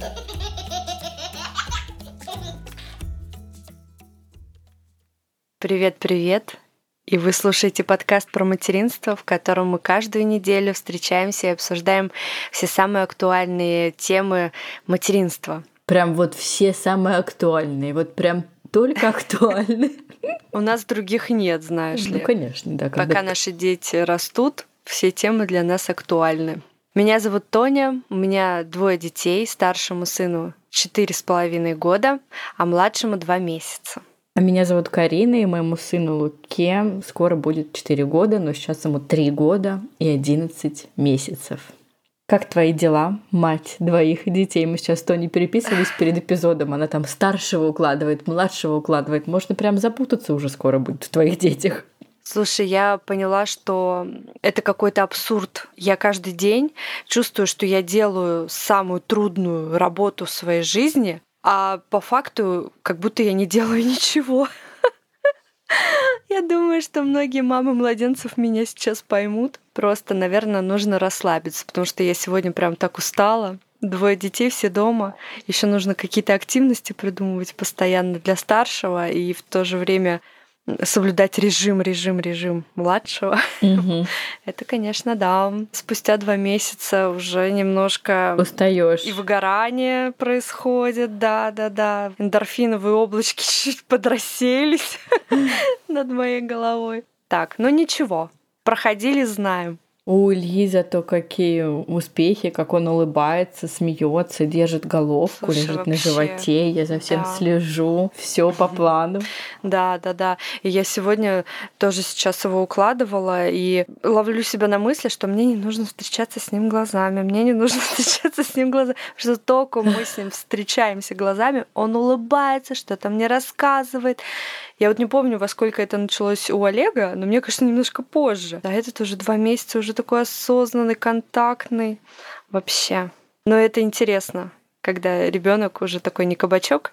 Привет-привет! И вы слушаете подкаст про материнство, в котором мы каждую неделю встречаемся и обсуждаем все самые актуальные темы материнства. Прям вот все самые актуальные, вот прям только актуальные. У нас других нет, знаешь ли. Ну, конечно, да. Пока наши дети растут, все темы для нас актуальны. Меня зовут Тоня, у меня 2 детей, старшему сыну 4,5 года, а младшему 2 месяца. А меня зовут Карина, и моему сыну Луке скоро будет 4 года, но сейчас ему 3 года и 11 месяцев. Как твои дела, мать 2 детей? Мы сейчас с Тоней переписывались перед эпизодом, она там старшего укладывает, младшего укладывает. Можно прям запутаться уже скоро будет в твоих детях. Слушай, я поняла, что это какой-то абсурд. Я каждый день чувствую, что я делаю самую трудную работу в своей жизни, а по факту как будто я не делаю ничего. Я думаю, что многие мамы младенцев меня сейчас поймут. Просто, наверное, нужно расслабиться, потому что я сегодня прям так устала. 2 детей, все дома. Еще нужно какие-то активности придумывать постоянно для старшего и в то же время соблюдать режим младшего. Угу. Это, конечно, да. Спустя 2 месяца уже немножко устаешь. И выгорание происходит, да. Эндорфиновые облачки чуть подрасселись над моей головой. Так, ну ничего, проходили, знаем. У Ильи зато какие успехи, как он улыбается, смеется, держит головку, Слушай, лежит вообще, на животе. Я за всем слежу, все по плану. Да. И я сегодня тоже сейчас его укладывала и ловлю себя на мысли, что мне не нужно встречаться с ним глазами. Потому что только мы с ним встречаемся глазами, он улыбается, что-то мне рассказывает. Я вот не помню, во сколько это началось у Олега, но мне кажется, немножко позже. А этот уже 2 месяца, уже такой осознанный, контактный. Вообще. Но это интересно, когда ребенок уже такой не кабачок,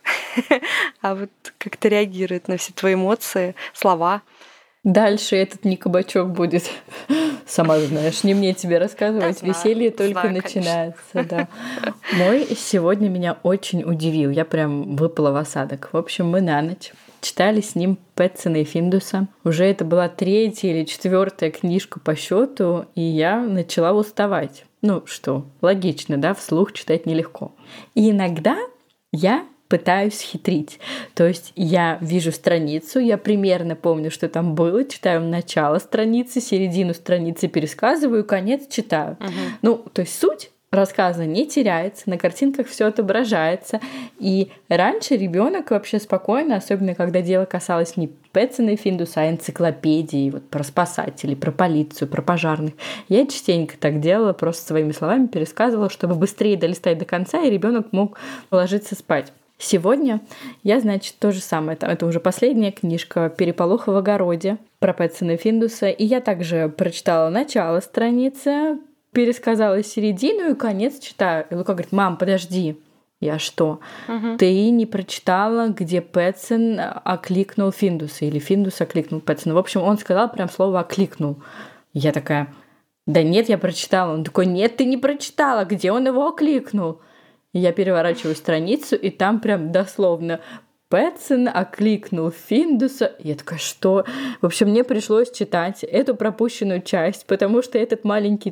а вот как-то реагирует на все твои эмоции, слова. Дальше этот не кабачок будет. Сама знаешь, не мне тебе рассказывать. Да, веселье только знаю, начинается. Да. Мой сегодня меня очень удивил. Я прям выпала в осадок. В общем, мы на ночь читали с ним Пэтсона и Финдуса. Уже это была 3-я или 4-я книжка по счету, и я начала уставать. Ну что, логично, да, вслух читать нелегко. И иногда я пытаюсь хитрить. То есть я вижу страницу, я примерно помню, что там было, читаю начало страницы, середину страницы пересказываю, конец читаю. Ну, то есть суть рассказа не теряется, на картинках все отображается. И раньше ребенок вообще спокойно, особенно когда дело касалось не Пэтсона и Финдуса, а энциклопедии, вот про спасателей, про полицию, про пожарных. Я частенько так делала, просто своими словами пересказывала, чтобы быстрее долистать до конца, и ребенок мог ложиться спать. Сегодня я, значит, то же самое. Это уже последняя книжка «Переполох в огороде» про Пэтсона и Финдуса. И я также прочитала начало страницы, пересказала середину и конец читаю. И Лука говорит: «Мам, подожди». Я: «Что?» «Ты не прочитала, где Пэтсон окликнул Финдуса, или Финдус окликнул Пэтсона». В общем, он сказал прям слово «окликнул». Я такая: «Да нет, я прочитала». Он такой: «Нет, ты не прочитала, где он его окликнул?» Я переворачиваю страницу, и там прям дословно: Пэтсон окликнул Финдуса. Я такая: «Что?» В общем, мне пришлось читать эту пропущенную часть, потому что этот маленький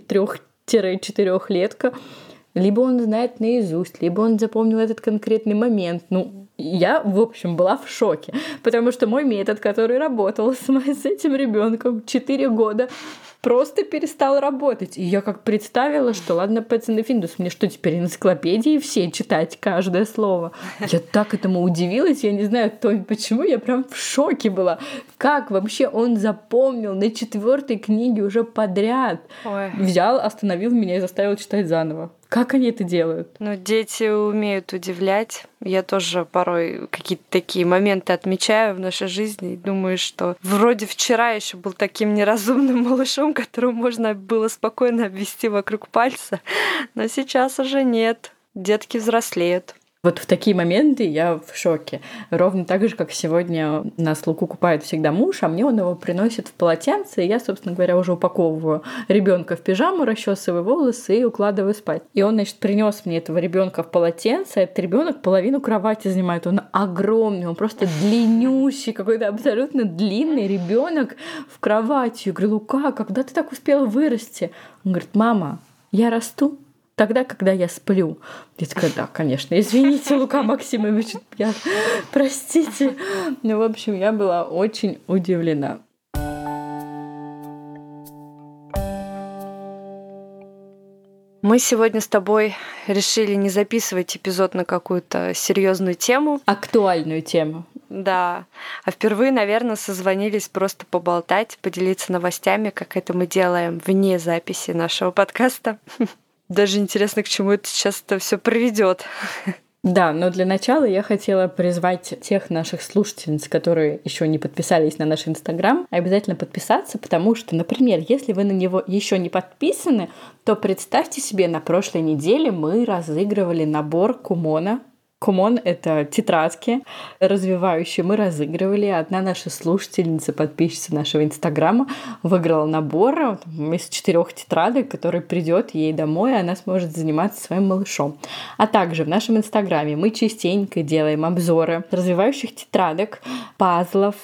3-4-летка, либо он знает наизусть, либо он запомнил этот конкретный момент. Ну, я, в общем, была в шоке, потому что мой метод, который работал с этим ребенком 4 года, просто перестал работать. И я как представила, что ладно, Пэтсон и Финдус, мне что, теперь энциклопедии все читать каждое слово? Я так этому удивилась, я не знаю, почему, я прям в шоке была. Как вообще он запомнил на 4-й книге уже подряд? Ой. Взял, остановил меня и заставил читать заново. Как они это делают? Ну, дети умеют удивлять. Я тоже порой какие-то такие моменты отмечаю в нашей жизни и думаю, что вроде вчера еще был таким неразумным малышом, которого можно было спокойно обвести вокруг пальца, но сейчас уже нет. Детки взрослеют. Вот в такие моменты я в шоке. Ровно так же, как сегодня нас Луку купает всегда муж, а мне он его приносит в полотенце, и я, собственно говоря, уже упаковываю ребенка в пижаму, расчесываю волосы и укладываю спать. И он, значит, принес мне этого ребенка в полотенце, а этот ребенок половину кровати занимает. Он огромный, он просто длиннющий, какой-то абсолютно длинный ребенок в кровати. Я говорю: Лука, когда ты так успела вырасти? Он говорит: мама, я расту тогда, когда я сплю. Я такая: да, конечно, извините, Лука Максимович, простите. Ну, в общем, я была очень удивлена. Мы сегодня с тобой решили не записывать эпизод на какую-то серьезную тему. Актуальную тему. Да. А впервые, наверное, созвонились просто поболтать, поделиться новостями, как это мы делаем вне записи нашего подкаста. Даже интересно, к чему это сейчас это все приведет. Да, но для начала я хотела призвать тех наших слушательниц, которые еще не подписались на наш Инстаграм, обязательно подписаться, потому что, например, если вы на него еще не подписаны, то представьте себе, на прошлой неделе мы разыгрывали набор Кумона. Кумон — это тетрадки развивающие. Мы разыгрывали. Одна наша слушательница, подписчица нашего Инстаграма, выиграла набор из 4 тетрадок, который придет ей домой, и она сможет заниматься своим малышом. А также в нашем Инстаграме мы частенько делаем обзоры развивающих тетрадок, пазлов,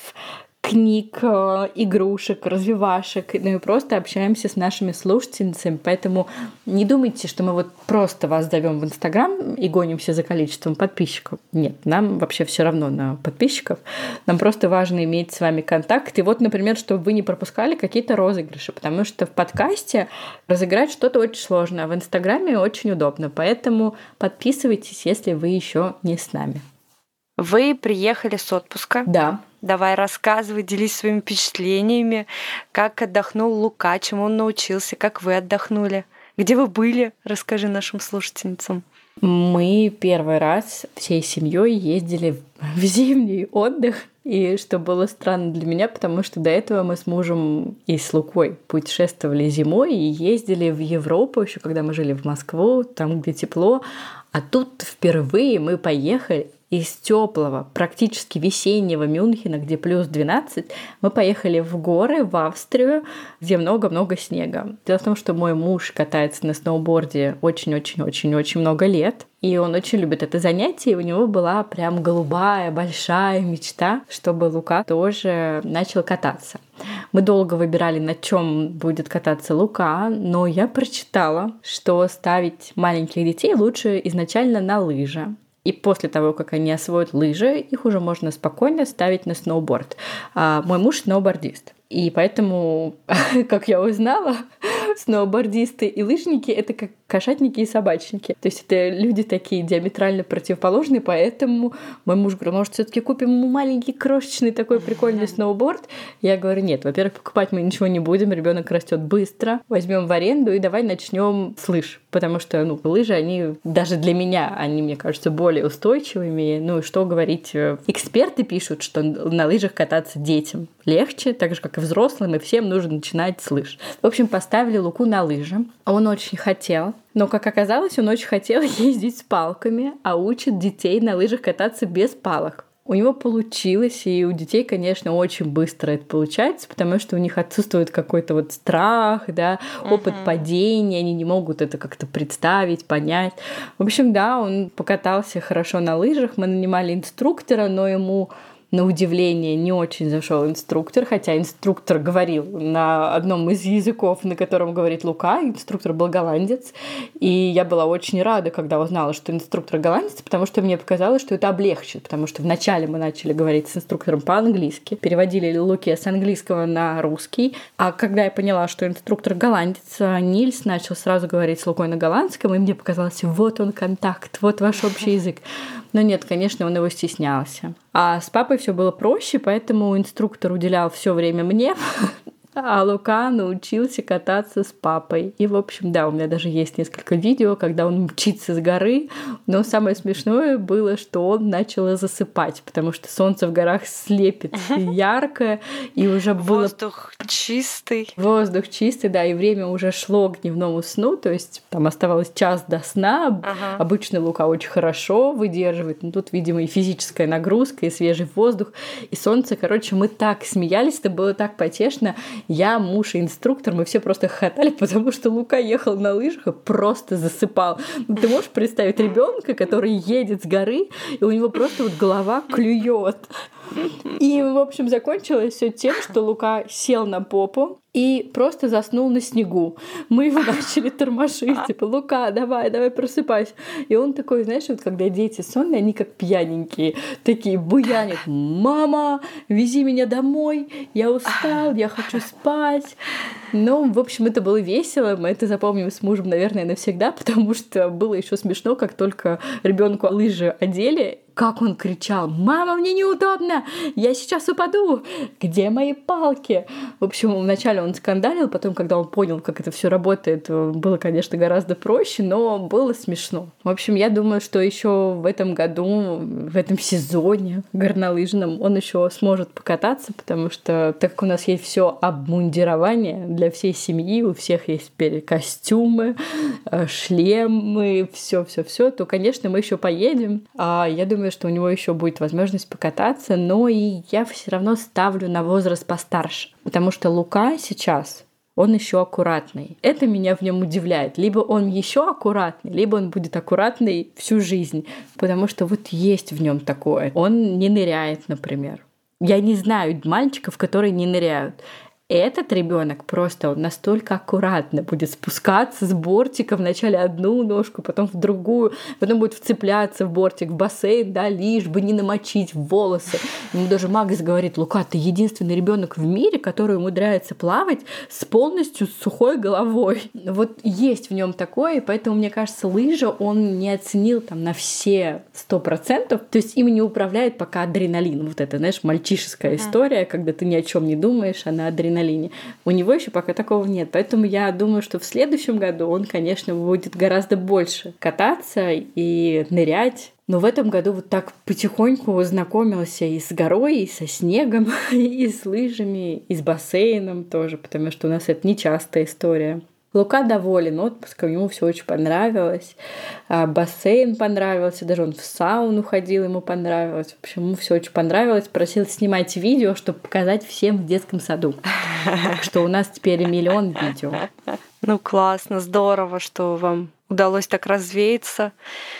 книг, игрушек, развивашек, ну и просто общаемся с нашими слушательницами. Поэтому не думайте, что мы вот просто вас зовем в Инстаграм и гонимся за количеством подписчиков. Нет, нам вообще все равно на подписчиков. Нам просто важно иметь с вами контакт. И вот, например, чтобы вы не пропускали какие-то розыгрыши, потому что в подкасте разыграть что-то очень сложно, а в Инстаграме очень удобно. Поэтому подписывайтесь, если вы еще не с нами. Вы приехали с отпуска. Да. Давай рассказывай, делись своими впечатлениями, как отдохнул Лука, чему он научился, как вы отдохнули, где вы были, расскажи нашим слушательницам. Мы первый раз всей семьей ездили в зимний отдых, и что было странно для меня, потому что до этого мы с мужем и с Лукой путешествовали зимой и ездили в Европу, еще когда мы жили в Москву, там, где тепло, а тут впервые мы поехали из теплого, практически весеннего Мюнхена, где плюс 12, мы поехали в горы, в Австрию, где много-много снега. Дело в том, что мой муж катается на сноуборде очень-очень-очень-очень много лет, и он очень любит это занятие, и у него была прям голубая, большая мечта, чтобы Лука тоже начал кататься. Мы долго выбирали, на чем будет кататься Лука, но я прочитала, что ставить маленьких детей лучше изначально на лыжи. И после того, как они освоят лыжи, их уже можно спокойно ставить на сноуборд. Мой муж сноубордист. И поэтому, как я узнала, сноубордисты и лыжники — это как кошатники и собачники. То есть это люди такие диаметрально противоположные, поэтому мой муж говорит: может, все-таки купим ему маленький, крошечный такой прикольный сноуборд? Я говорю: нет, во-первых, покупать мы ничего не будем, ребенок растет быстро, возьмем в аренду и давай начнем с лыж, потому что, лыжи, они даже для меня, они, мне кажется, более устойчивыми. Ну и что говорить, эксперты пишут, что на лыжах кататься детям легче, так же, как и взрослым, и всем нужно начинать с лыж. В общем, поставили Луку на лыжи. Он очень хотел. Но, как оказалось, он очень хотел ездить с палками, а учит детей на лыжах кататься без палок. У него получилось, и у детей, конечно, очень быстро это получается, потому что у них отсутствует какой-то вот страх, да, опыт падения, они не могут это как-то представить, понять. В общем, да, он покатался хорошо на лыжах, мы нанимали инструктора, но ему, на удивление, не очень зашел инструктор, хотя инструктор говорил на одном из языков, на котором говорит Лука. Инструктор был голландец, и я была очень рада, когда узнала, что инструктор голландец, потому что мне показалось, что это облегчит, потому что вначале мы начали говорить с инструктором по-английски, переводили Луке с английского на русский, а когда я поняла, что инструктор голландец, Нильс начал сразу говорить с Лукой на голландском, и мне показалось: вот он контакт, вот ваш общий язык. Но нет, конечно, он его стеснялся. А с папой все было проще, поэтому инструктор уделял все время мне. А Лука научился кататься с папой. И, в общем, да, у меня даже есть несколько видео, когда он мчится с горы. Но самое смешное было, что он начал засыпать, потому что солнце в горах слепит ярко, и уже было... Воздух чистый. Воздух чистый, да, и время уже шло к дневному сну, то есть там оставалось час до сна. Обычно Лука очень хорошо выдерживает, но тут, видимо, и физическая нагрузка, и свежий воздух, и солнце. Короче, мы так смеялись, это было так потешно. Я, муж и инструктор, мы все просто хохотали, потому что Лука ехал на лыжах и просто засыпал. Ты можешь представить ребенка, который едет с горы, и у него просто вот голова клюет. И, в общем, закончилось все тем, что Лука сел на попу и просто заснул на снегу. Мы его начали тормошить, типа: Лука, давай, просыпайся. И он такой, знаешь, вот когда дети сонные, они как пьяненькие, такие буянят: мама, вези меня домой, я устал, я хочу спать. Ну, в общем, это было весело, мы это запомним с мужем, наверное, навсегда, потому что было еще смешно, как только ребенку лыжи одели, как он кричал: мама, мне неудобно, я сейчас упаду, где мои палки? В общем, вначале он скандалил, потом, когда он понял, как это все работает, было, конечно, гораздо проще, но было смешно. В общем, я думаю, что еще в этом году, в этом сезоне горнолыжном он еще сможет покататься, потому что, так как у нас есть все обмундирование для всей семьи, у всех есть теперь костюмы, шлемы, все, то, конечно, мы еще поедем. Я думаю, что у него еще будет возможность покататься, но и я все равно ставлю на возраст постарше, потому что Лука сейчас, он еще аккуратный. Это меня в нем удивляет. Либо он еще аккуратный, либо он будет аккуратный всю жизнь, потому что вот есть в нем такое. Он не ныряет, например. Я не знаю мальчиков, которые не ныряют. Этот ребенок просто он настолько аккуратно будет спускаться с бортика, вначале одну ножку, потом в другую, потом будет вцепляться в бортик, в бассейн, да, лишь бы не намочить волосы. Ему даже Макс говорит: Лука, ты единственный ребенок в мире, который умудряется плавать с полностью сухой головой. Вот есть в нем такое, и поэтому, мне кажется, лыжа он не оценил там на все 100%. То есть им не управляет пока адреналин. Вот это, знаешь, мальчишеская история, когда ты ни о чем не думаешь, а на адреналине. У него еще пока такого нет. Поэтому я думаю, что в следующем году он, конечно, будет гораздо больше кататься и нырять. Но в этом году вот так потихоньку знакомился и с горой, и со снегом, и с лыжами, и с бассейном тоже, потому что у нас это нечастая история. Лука доволен отпуском, ему все очень понравилось. Бассейн понравился, даже он в сауну ходил, ему понравилось. В общем, ему все очень понравилось. Просил снимать видео, чтобы показать всем в детском саду. Так что у нас теперь 1 миллион видео. Ну, классно, здорово, что вам удалось так развеяться.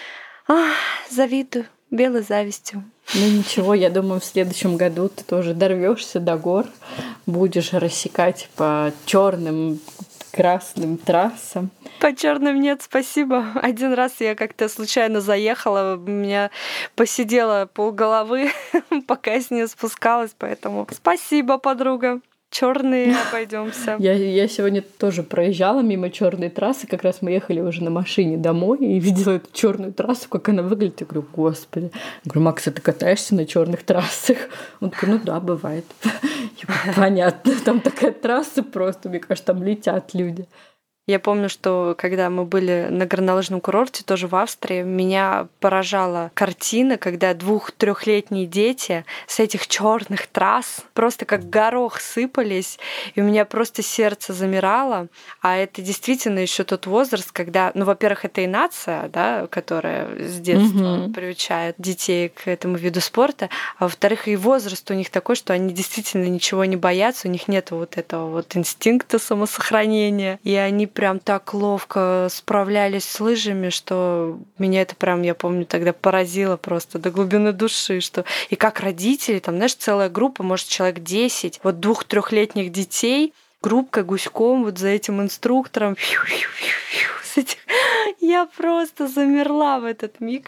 Завидую, белой завистью. Ну ничего, я думаю, в следующем году ты тоже дорвешься до гор, будешь рассекать по черным красным трассам. По черным нет, спасибо. Один раз я как-то случайно заехала, у меня посидела полголовы, пока я с нее спускалась, поэтому спасибо, подруга. Черные обойдемся. Я сегодня тоже проезжала мимо черной трассы, как раз мы ехали уже на машине домой и видела эту черную трассу, как она выглядит. Я говорю: господи. Я говорю: Макс, ты катаешься на черных трассах? Он такой: ну да, бывает. Понятно, там такая трасса просто, мне кажется, там летят люди. Я помню, что когда мы были на горнолыжном курорте, тоже в Австрии, меня поражала картина, когда 2-3-летние дети с этих черных трасс просто как горох сыпались, и у меня просто сердце замирало. А это действительно еще тот возраст, когда, ну, во-первых, это и нация, да, которая с детства приучает детей к этому виду спорта, а во-вторых, и возраст у них такой, что они действительно ничего не боятся, у них нет вот этого вот инстинкта самосохранения, и они прям так ловко справлялись с лыжами, что меня это прям, я помню, тогда поразило просто до глубины души, что и как родители, там, знаешь, целая группа, может, человек 10, вот 2-3-летних детей, группкой, гуськом, вот за этим инструктором, я просто замерла в этот миг.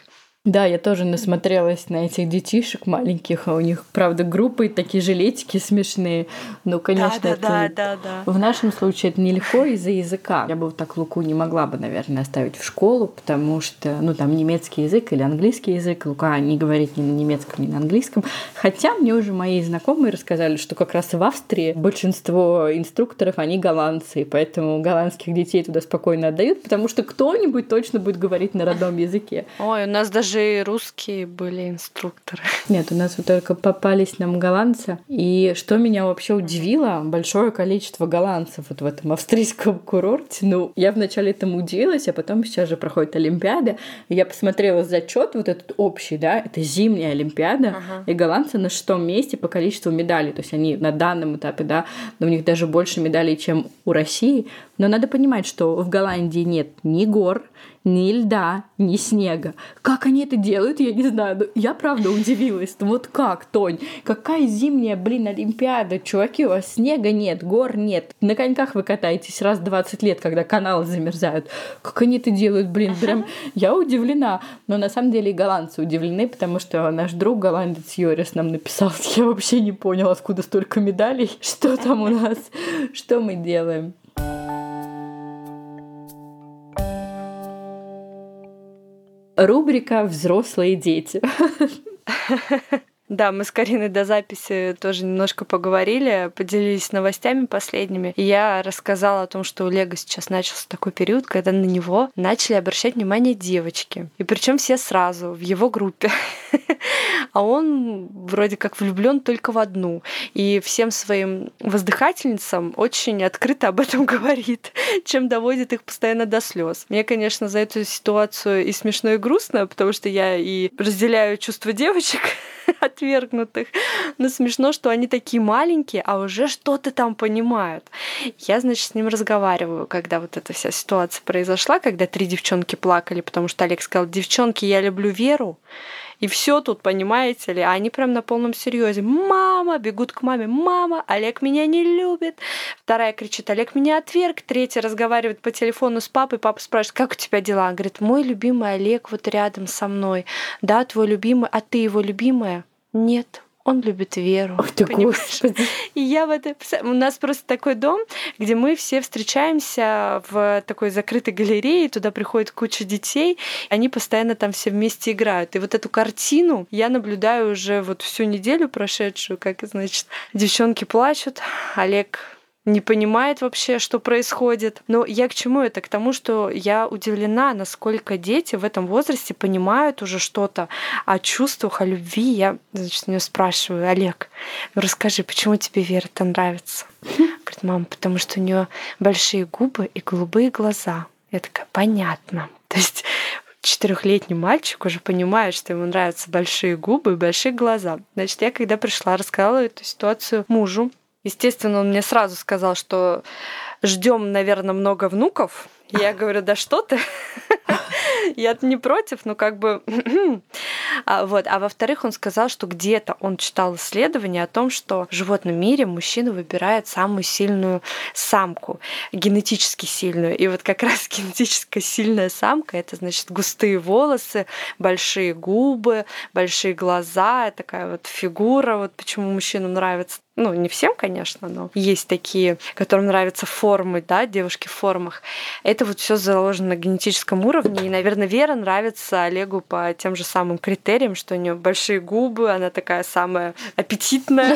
Да, я тоже насмотрелась на этих детишек маленьких, а у них, правда, группы такие жилетики смешные. Ну, конечно, это в нашем случае это нелегко из-за языка. Я бы вот так Луку не могла бы, наверное, оставить в школу, потому что, ну, там немецкий язык или английский язык. Лука не говорит ни на немецком, ни на английском. Хотя мне уже мои знакомые рассказали, что как раз в Австрии большинство инструкторов, они голландцы, и поэтому голландских детей туда спокойно отдают, потому что кто-нибудь точно будет говорить на родном языке. Ой, у нас даже и русские были инструкторы. Нет, у нас вот только попались нам голландцы. И что меня вообще удивило, большое количество голландцев вот в этом австрийском курорте. Ну, я вначале этому удивилась, а потом сейчас же проходит Олимпиада. И я посмотрела зачет вот этот общий, да, это зимняя Олимпиада. И голландцы на 6-м месте по количеству медалей. То есть они на данном этапе, да, но у них даже больше медалей, чем у России. Но надо понимать, что в Голландии нет ни гор, ни льда, ни снега. Как они это делают, я не знаю. Но я правда удивилась. Ну вот как, Тонь? Какая зимняя, Олимпиада? Чуваки, у вас снега нет, гор нет. На коньках вы катаетесь раз в 20 лет, когда каналы замерзают. Как они это делают, прям я удивлена. Но на самом деле и голландцы удивлены, потому что наш друг голландец Йорис нам написал, я вообще не понял, откуда столько медалей, что там у нас, что мы делаем. Рубрика «Взрослые дети». Да, мы с Кариной до записи тоже немножко поговорили, поделились новостями последними. И я рассказала о том, что у Лего сейчас начался такой период, когда на него начали обращать внимание девочки. И причем все сразу, в его группе. А он вроде как влюблен только в одну. И всем своим воздыхательницам очень открыто об этом говорит, чем доводит их постоянно до слез. Мне, конечно, за эту ситуацию и смешно, и грустно, потому что я и разделяю чувства девочек, отвергнутых. Но смешно, что они такие маленькие, а уже что-то там понимают. Я, значит, с ним разговариваю, когда вот эта вся ситуация произошла, когда 3 девчонки плакали, потому что Олег сказал: девчонки, я люблю Веру. И все тут, понимаете ли, а они прям на полном серьезе. Мама, бегут к маме. Мама, Олег меня не любит. Вторая кричит: Олег меня отверг. Третья разговаривает по телефону с папой. Папа спрашивает: как у тебя дела? Он говорит: мой любимый Олег вот рядом со мной. Да, твой любимый. А ты его любимая? Нет. Он любит Веру. Ой, ты, Господи. И я в это... У нас просто такой дом, где мы все встречаемся в такой закрытой галерее, туда приходит куча детей, они постоянно там все вместе играют. И вот эту картину я наблюдаю уже вот всю неделю прошедшую, как, значит, девчонки плачут, Олег не понимает вообще, что происходит. Но я к чему это? К тому, что я удивлена, насколько дети в этом возрасте понимают уже что-то о чувствах, о любви. Я, значит, у нее спрашиваю: Олег, ну расскажи, почему тебе Вера-то нравится? Говорит: мама, потому что у нее большие губы и голубые глаза. Я такая: понятно. То есть 4-летний мальчик уже понимает, что ему нравятся большие губы и большие глаза. Значит, я когда пришла, рассказала эту ситуацию мужу. Естественно, он мне сразу сказал, что ждем, наверное, много внуков. Я говорю: да что ты? Я-то не против, но как бы... Вот. А во-вторых, он сказал, что где-то он читал исследование о том, что в животном мире мужчина выбирает самую сильную самку, генетически сильную. И вот как раз генетически сильная самка — это, значит, густые волосы, большие губы, большие глаза, такая вот фигура. Вот почему мужчинам нравится. Ну, не всем, конечно, но есть такие, которым нравятся формы, да, девушки в формах. Это вот все заложено на генетическом уровне. И, наверное, Вера нравится Олегу по тем же самым критериям, что у нее большие губы, она такая самая аппетитная.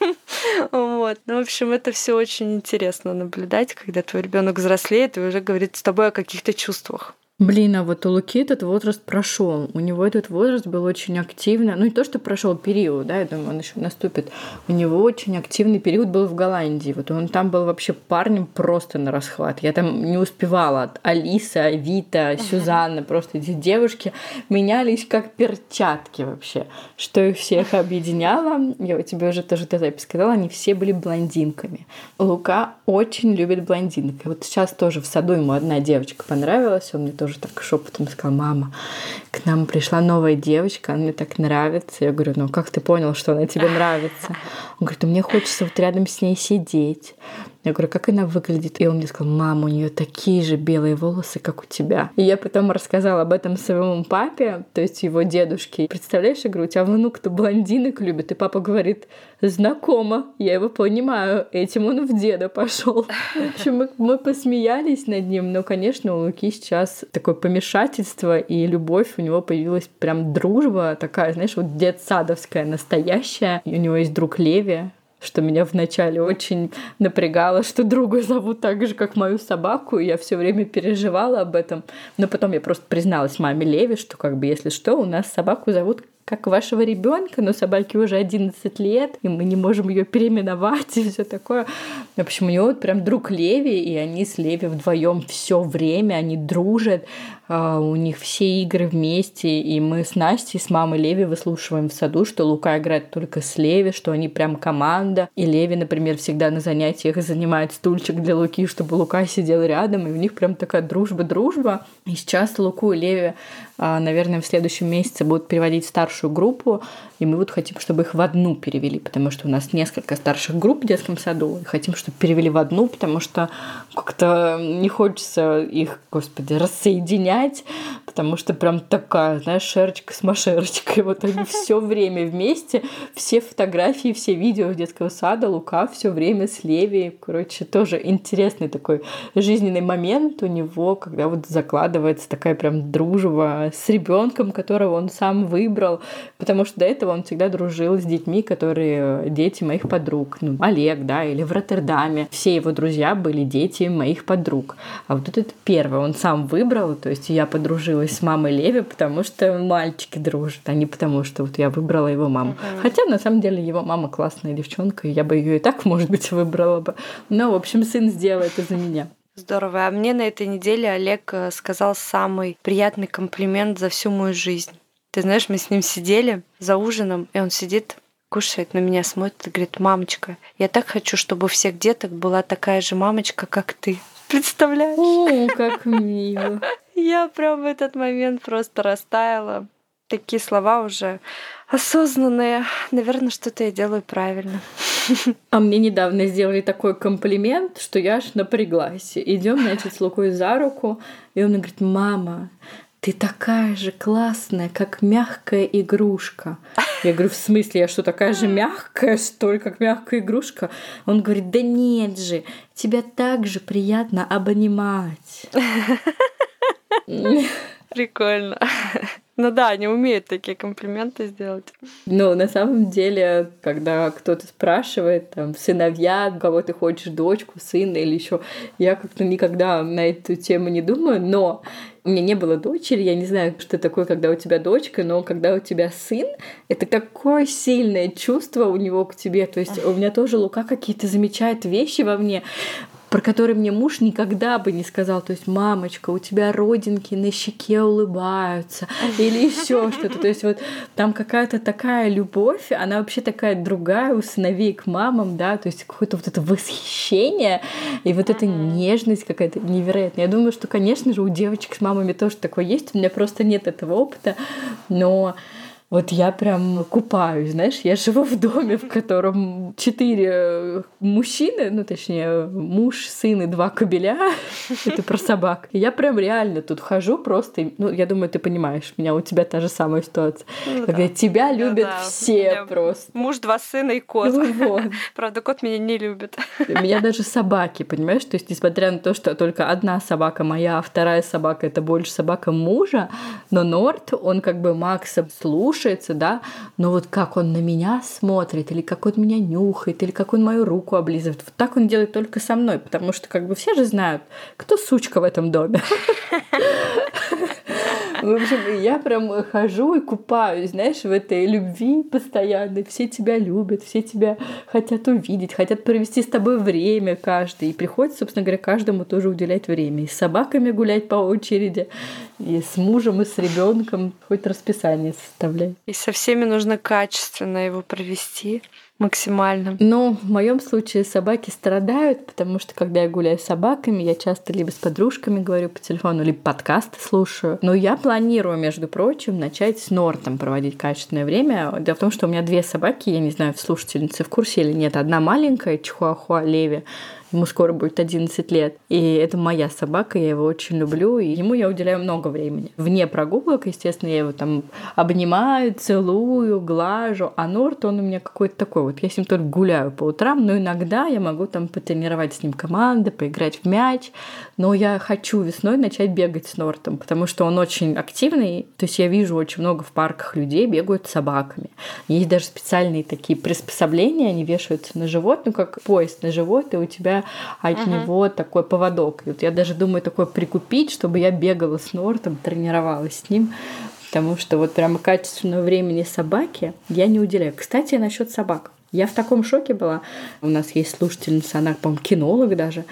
Вот. Ну, в общем, это все очень интересно наблюдать, когда твой ребенок взрослеет и уже говорит с тобой о каких-то чувствах. Блин, а вот у Луки этот возраст прошел. У него этот возраст был очень активно. Ну, не то, что прошел период, да, я думаю, он еще наступит. У него очень активный период был в Голландии. Вот он там был вообще парнем просто на расхват. Я там не успевала. Алиса, Вита, Сюзанна, просто эти девушки менялись как перчатки вообще. Что их всех объединяло, я тебе уже тоже до записи сказала, они все были блондинками. Лука очень любит блондинок. И вот сейчас тоже в саду ему одна девочка понравилась, он мне тоже так шепотом сказал: мама, к нам пришла новая девочка, она мне так нравится. Я говорю: ну как ты понял, что она тебе нравится? Он говорит: мне хочется вот рядом с ней сидеть, Я говорю, как она выглядит? И он мне сказал, мама, у нее такие же белые волосы, как у тебя. И я потом рассказала об этом своему папе, то есть его дедушке. Представляешь, я говорю, у тебя внук-то блондинок любит. И папа говорит, знакомо, я его понимаю, этим он в деда пошел. В общем, мы посмеялись над ним, но, конечно, у Луки сейчас такое помешательство и любовь, у него появилась прям дружба такая, знаешь, вот детсадовская, настоящая. И у него есть друг Леви, что меня вначале очень напрягало, что друга зовут так же, как мою собаку, и я все время переживала об этом. Но потом я просто призналась маме Леви, что как бы если что, у нас собаку зовут как вашего ребенка, но собаке уже 11 лет, и мы не можем ее переименовать и все такое. В общем, у него вот прям друг Леви, и они с Леви вдвоем все время, они дружат, у них все игры вместе, и мы с Настей, с мамой Леви выслушиваем в саду, что Лука играет только с Леви, что они прям команда, и Леви, например, всегда на занятиях занимает стульчик для Луки, чтобы Лука сидел рядом, и у них прям такая дружба-дружба. И сейчас Луку и Леви, наверное, в следующем месяце будут переводить в старшую группу, и мы вот хотим, чтобы их в одну перевели, потому что у нас несколько старших групп в детском саду, и хотим, чтобы перевели в одну, потому что как-то не хочется их, господи, рассоединять, потому что прям такая, знаешь, шерочка с машерочкой, вот они все время вместе, все фотографии, все видео из детского сада, Лука все время с Леви, короче, тоже интересный такой жизненный момент у него, когда вот закладывается такая прям дружба с ребенком, которого он сам выбрал, потому что до этого он всегда дружил с детьми, которые дети моих подруг. Ну, Олег, да, или в Роттердаме. Все его друзья были дети моих подруг. А вот это первое. Он сам выбрал, то есть я подружилась с мамой Леви, потому что мальчики дружат, а не потому что вот я выбрала его маму. Хотя, на самом деле, его мама классная девчонка, и я бы ее и так, может быть, выбрала бы. Но, в общем, сын сделал это за меня. Здорово. А мне на этой неделе Олег сказал самый приятный комплимент за всю мою жизнь. Ты знаешь, мы с ним сидели за ужином, и он сидит, кушает, на меня смотрит и говорит, мамочка, я так хочу, чтобы у всех деток была такая же мамочка, как ты. Представляешь? О, как мило. Я прям в этот момент просто растаяла. Такие слова уже осознанные. Наверное, что-то я делаю правильно. А мне недавно сделали такой комплимент, что я аж напряглась. Идем, значит, с Лукой за руку, и он говорит, мама, ты такая же классная, как мягкая игрушка. Я говорю, в смысле, я что, такая же мягкая, что ли, как мягкая игрушка? Он говорит, да нет же, тебя так же приятно обнимать. Прикольно. Ну да, они умеют такие комплименты сделать. Ну, на самом деле, когда кто-то спрашивает, там, сыновья, кого ты хочешь, дочку, сына или еще, я как-то никогда на эту тему не думаю, но у меня не было дочери, я не знаю, что такое, когда у тебя дочка, но когда у тебя сын, это такое сильное чувство у него к тебе. То есть у меня тоже Лука какие-то замечает вещи во мне, про которые мне муж никогда бы не сказал. То есть, мамочка, у тебя родинки на щеке улыбаются, или еще что-то. То есть, вот там какая-то такая любовь, она вообще такая другая у сыновей к мамам, да, то есть какое-то вот это восхищение и вот эта нежность какая-то невероятная. Я думаю, что, конечно же, у девочек с мамами тоже такое есть, у меня просто нет этого опыта, но вот я прям купаюсь, знаешь, я живу в доме, в котором 4 мужчины, ну, точнее, муж, сын и 2 кобеля, это про собак. И я прям реально тут хожу просто, ну, я думаю, ты понимаешь меня, у тебя та же самая ситуация, ну, когда тебя любят все просто. Муж, 2 сына и кот. Ну, вот. Правда, кот меня не любит. Меня даже собаки, понимаешь, то есть, несмотря на то, что только одна собака моя, а вторая собака — это больше собака мужа, но Норт, он как бы Макса слушает, да, но вот как он на меня смотрит, или как он меня нюхает, или как он мою руку облизывает, вот так он делает только со мной, потому что как бы все же знают, кто сучка в этом доме. В общем, я прям хожу и купаюсь, знаешь, в этой любви постоянной. Все тебя любят, все тебя хотят увидеть, хотят провести с тобой время каждый. И приходится, собственно говоря, каждому тоже уделять время. И с собаками гулять по очереди, и с мужем, и с ребенком. Хоть расписание составляй. И со всеми нужно качественно его провести. Максимально. Но в моем случае собаки страдают, потому что когда я гуляю с собаками, я часто либо с подружками говорю по телефону, либо подкасты слушаю. Но я планирую, между прочим, начать с Нортом проводить качественное время. Дело в том, что у меня 2 собаки, я не знаю, слушательницы в курсе или нет. Одна маленькая, чихуахуа Леви, ему скоро будет 11 лет. И это моя собака, я его очень люблю, и ему я уделяю много времени. Вне прогулок, естественно, я его там обнимаю, целую, глажу, а Норт, он у меня какой-то такой вот, я с ним только гуляю по утрам, но иногда я могу там потренировать с ним команды, поиграть в мяч, но я хочу весной начать бегать с Нортом, потому что он очень активный, то есть я вижу очень много в парках людей бегают с собаками. Есть даже специальные такие приспособления, они вешаются на живот, ну как пояс на живот, и у тебя от него такой поводок. И вот я даже думаю такой прикупить, чтобы я бегала с Нортом, тренировалась с ним, потому что вот прямо качественного времени собаке я не уделяю. Кстати, насчет собак. Я в таком шоке была. У нас есть слушательница, она, по-моему, кинолог даже.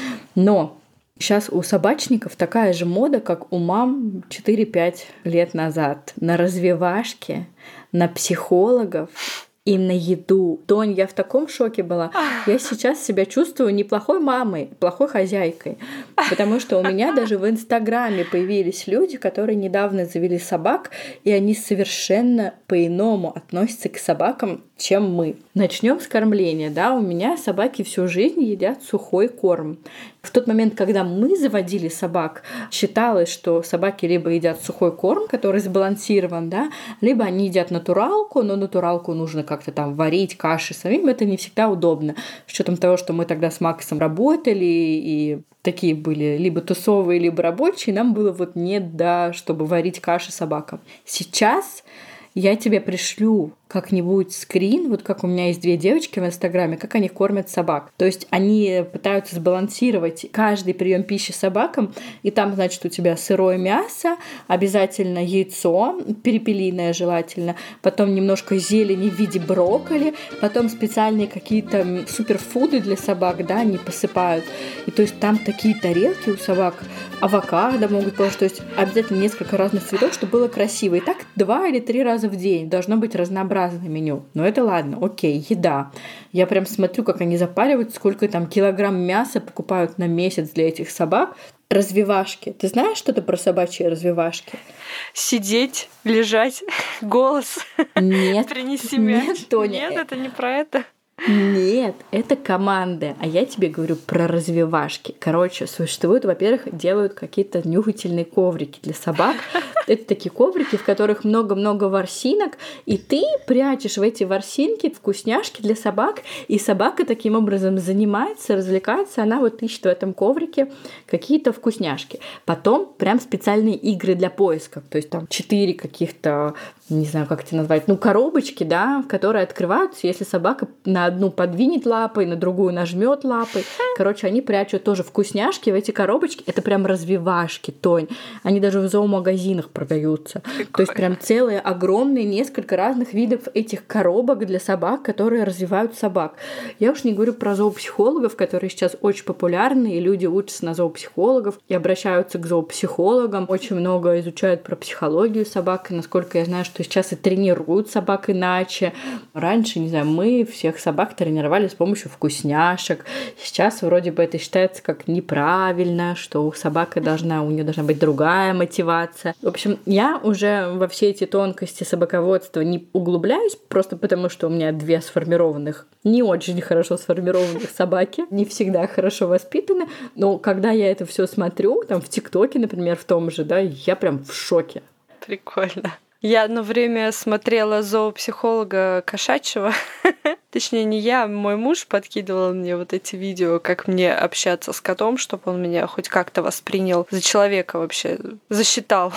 Но сейчас у собачников такая же мода, как у мам 4-5 лет назад. На развивашки, на психологов и на еду. Тонь, я в таком шоке была. Я сейчас себя чувствую не плохой мамой, плохой хозяйкой. Потому что у меня даже в Инстаграме появились люди, которые недавно завели собак, и они совершенно по-иному относятся к собакам, чем мы. Начнем с кормления. Да? У меня собаки всю жизнь едят сухой корм. В тот момент, когда мы заводили собак, считалось, что собаки либо едят сухой корм, который сбалансирован, да, либо они едят натуралку, но натуралку нужно как-то там варить, каши самим, это не всегда удобно. С учетом того, что мы тогда с Максом работали, и такие были либо тусовые, либо рабочие, нам было вот не до, чтобы варить каши собакам. Сейчас я тебе пришлю как-нибудь скрин, вот как у меня есть 2 девочки в Инстаграме, как они кормят собак. То есть они пытаются сбалансировать каждый прием пищи собакам, и там, значит, у тебя сырое мясо, обязательно яйцо, перепелиное желательно, потом немножко зелени в виде брокколи, потом специальные какие-то суперфуды для собак, да, они посыпают. И то есть там такие тарелки у собак, авокадо могут положить, то есть обязательно несколько разных цветов, чтобы было красиво. И так 2 или 3 раза в день должно быть разнообразное меню. Но это ладно, окей, еда. Я прям смотрю, как они запаривают, сколько там килограмм мяса покупают на месяц для этих собак. Развивашки. Ты знаешь что-то про собачьи развивашки? Сидеть, лежать, голос. Нет. Принеси мяч. Нет, Тоня. Нет, это не про это. Нет, это команды, а я тебе говорю про развивашки. Короче, существуют, во-первых, делают какие-то нюхательные коврики для собак. Это такие коврики, в которых много-много ворсинок, и ты прячешь в эти ворсинки вкусняшки для собак, и собака таким образом занимается, развлекается, она вот ищет в этом коврике какие-то вкусняшки. Потом прям специальные игры для поиска, то есть там 4 каких-то, не знаю, как это назвать, коробочки, да, которые открываются, если собака на одну подвинет лапой, на другую нажмет лапой. Короче, они прячут тоже вкусняшки в эти коробочки. Это прям развивашки, Тонь. Они даже в зоомагазинах продаются. Прикольно. То есть прям целые огромные несколько разных видов этих коробок для собак, которые развивают собак. Я уж не говорю про зоопсихологов, которые сейчас очень популярны, и люди учатся на зоопсихологов и обращаются к зоопсихологам. Очень много изучают про психологию собак. И, насколько я знаю, что сейчас и тренируют собак иначе. Раньше, не знаю, мы всех собак тренировали с помощью вкусняшек. Сейчас вроде бы это считается как неправильно, что у собаки у нее должна быть другая мотивация. В общем, я уже во все эти тонкости собаководства не углубляюсь, просто потому что у меня 2 сформированных, не очень хорошо сформированных собаки, не всегда хорошо воспитаны, но когда я это все смотрю, там в ТикТоке, например, в том же, да, я прям в шоке. Прикольно. Я одно время смотрела зоопсихолога кошачьего. Точнее, не я, мой муж подкидывал мне вот эти видео, как мне общаться с котом, чтобы он меня хоть как-то воспринял за человека вообще, засчитал.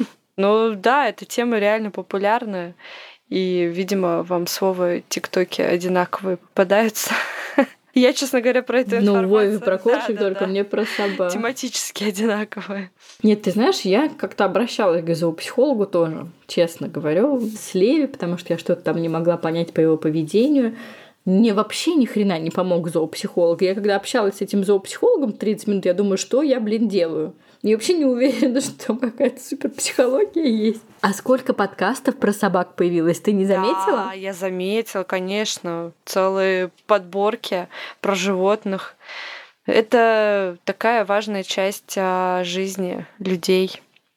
Ну да, эта тема реально популярная. И, видимо, вам слово ТикТоки одинаковые попадаются. Я, честно говоря, про эту информацию... Вове про кошек, только мне про собак. Тематически одинаковые. Нет, ты знаешь, я как-то обращалась к зоопсихологу тоже, честно говорю, с Леви, потому что я что-то там не могла понять по его поведению. Мне вообще ни хрена не помог зоопсихолог. Я когда общалась с этим зоопсихологом 30 минут, я думаю, что я, делаю? Я вообще не уверена, что там какая-то суперпсихология есть. А сколько подкастов про собак появилось? Ты не заметила? Да, я заметила, конечно. Целые подборки про животных. Это такая важная часть жизни людей.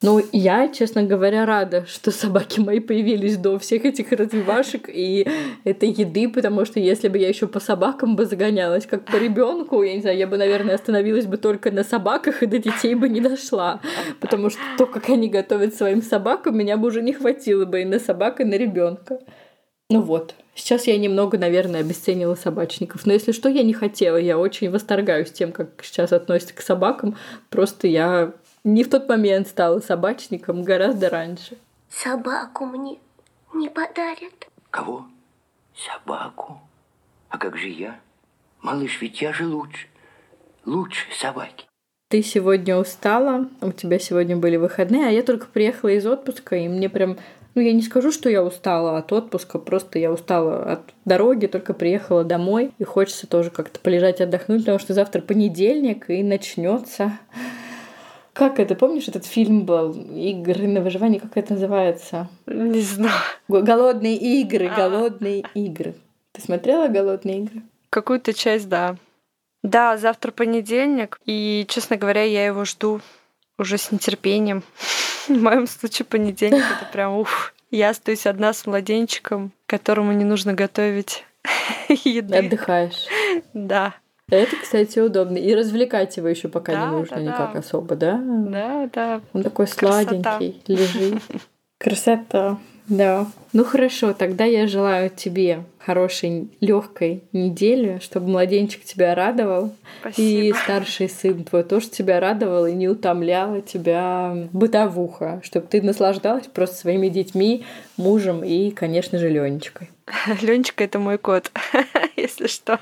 Ну, я, честно говоря, рада, что собаки мои появились до всех этих развивашек и этой еды, потому что если бы я еще по собакам бы загонялась, как по ребенку, я не знаю, я бы, наверное, остановилась бы только на собаках и до детей бы не дошла, потому что то, как они готовят своим собакам, меня бы уже не хватило бы и на собак, и на ребенка. Ну вот, сейчас я немного, наверное, обесценила собачников. Но если что, я не хотела. Я очень восторгаюсь тем, как сейчас относятся к собакам. Просто я не в тот момент стала собачником, гораздо раньше. Собаку мне не подарят. Кого? Собаку? А как же я? Малыш, ведь я же лучше. Лучше собаки. Ты сегодня устала, у тебя сегодня были выходные, а я только приехала из отпуска, и мне прям... Ну, я не скажу, что я устала от отпуска, просто я устала от дороги, только приехала домой, и хочется тоже как-то полежать, отдохнуть, потому что завтра понедельник, и начнется. Как это? Помнишь, этот фильм был «Игры на выживание», как это называется? Не знаю. «Голодные игры», «Голодные игры». Ты смотрела «Голодные игры»? Какую-то часть, да. Да, завтра понедельник, и, честно говоря, я его жду уже с нетерпением. В моем случае понедельник — это прям ух. Я остаюсь одна с младенчиком, которому не нужно готовить еды. Отдыхаешь. Да. Это, кстати, удобно. И развлекать его еще пока Да, не нужно да, никак да. особо, да? Да, да. Он такой Красота. сладенький, лежит. Красота. Да. Ну хорошо, тогда я желаю тебе хорошей, легкой недели, чтобы младенчик тебя радовал. Спасибо. И старший сын твой тоже тебя радовал и не утомляла тебя бытовуха, чтобы ты наслаждалась просто своими детьми, мужем и, конечно же, Ленечкой. Ленечка — это мой кот, если что.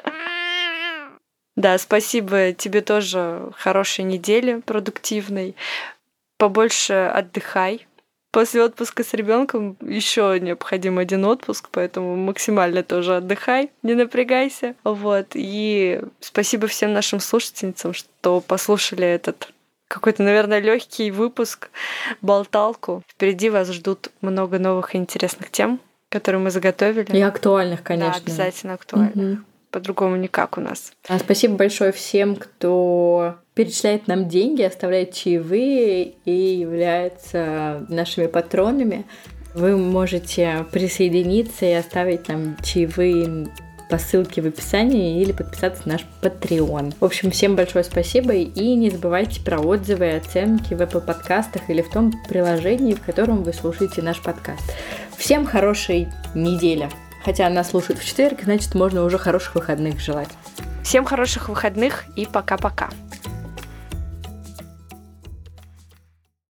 Да, спасибо тебе тоже. Хорошей недели, продуктивной. Побольше отдыхай. После отпуска с ребенком еще необходим один отпуск, поэтому максимально тоже отдыхай, не напрягайся. Вот. И спасибо всем нашим слушательницам, что послушали этот какой-то, наверное, легкий выпуск, болталку. Впереди вас ждут много новых и интересных тем, которые мы заготовили. И актуальных, конечно. Да, обязательно актуальных. Угу. По-другому никак у нас. Спасибо большое всем, кто перечисляет нам деньги, оставляет чаевые и является нашими патронами. Вы можете присоединиться и оставить нам чаевые по ссылке в описании или подписаться на наш Patreon. В общем, всем большое спасибо и не забывайте про отзывы и оценки в Apple подкастах или в том приложении, в котором вы слушаете наш подкаст. Всем хорошей недели! Хотя нас слушают в четверг, значит, можно уже хороших выходных желать. Всем хороших выходных и пока-пока.